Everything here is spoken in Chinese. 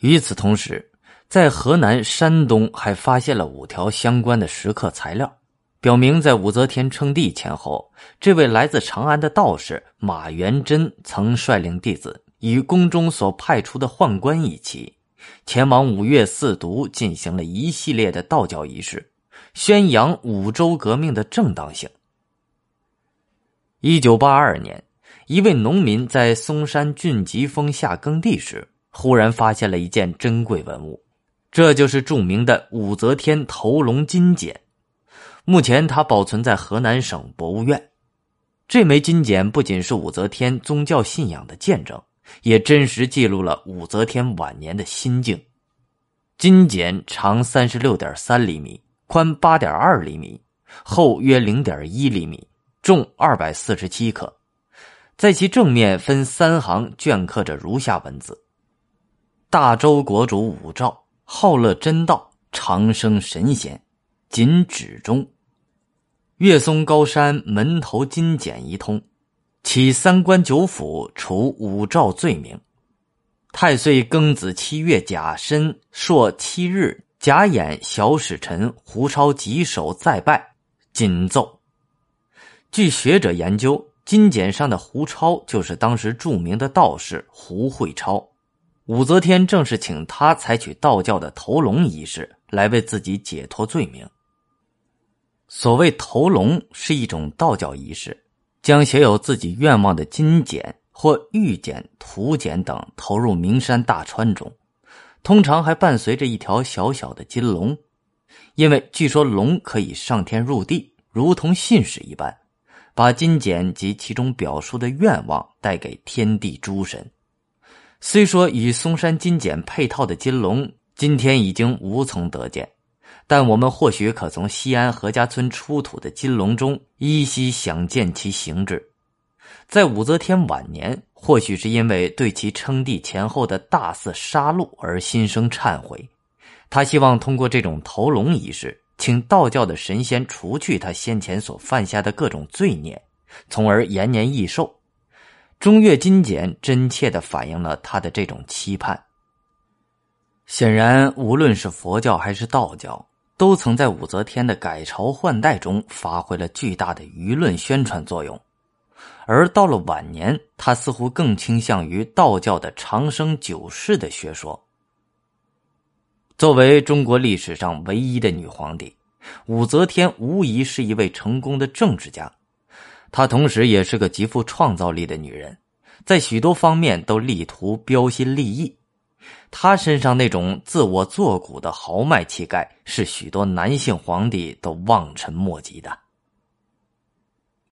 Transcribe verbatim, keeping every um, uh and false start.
与此同时，在河南、山东还发现了五条相关的石刻材料，表明在武则天称帝前后，这位来自长安的道士马元贞曾率领弟子与宫中所派出的宦官一起，前往五岳四渎进行了一系列的道教仪式，宣扬五州革命的正当性。一九八二年，一位农民在嵩山峻吉峰下耕地时，忽然发现了一件珍贵文物，这就是著名的武则天头龙金简。目前它保存在河南省博物院。这枚金简不仅是武则天宗教信仰的见证，也真实记录了武则天晚年的心境。金简长 三十六点三厘米，宽 八点二厘米，厚约 零点一厘米，重二百四十七克。在其正面分三行镌刻着如下文字：大周国主武曌，好乐真道，长生神仙，仅指中。岳嵩高山门头金简一通，起三官九府，除武曌罪名。太岁庚子七月甲申朔七日，甲寅小使臣胡超棘手再拜，谨奏。据学者研究，金简上的胡超就是当时著名的道士胡慧超，武则天正是请他采取道教的头龙仪式来为自己解脱罪名。所谓头龙是一种道教仪式，将写有自己愿望的金简或玉简、土简等投入名山大川中，通常还伴随着一条小小的金龙，因为据说龙可以上天入地，如同信使一般，把金简及其中表述的愿望带给天地诸神。虽说与嵩山金简配套的金龙今天已经无从得见，但我们或许可从西安何家村出土的金龙中依稀想见其形制。在武则天晚年，或许是因为对其称帝前后的大肆杀戮而心生忏悔，他希望通过这种头龙仪式，请道教的神仙除去他先前所犯下的各种罪孽，从而延年益寿。中岳金简真切地反映了他的这种期盼。显然，无论是佛教还是道教，都曾在武则天的改朝换代中发挥了巨大的舆论宣传作用。而到了晚年，他似乎更倾向于道教的长生久世的学说。作为中国历史上唯一的女皇帝，武则天无疑是一位成功的政治家，她同时也是个极富创造力的女人，在许多方面都力图标新立异。她身上那种自我作古的豪迈气概，是许多男性皇帝都望尘莫及的。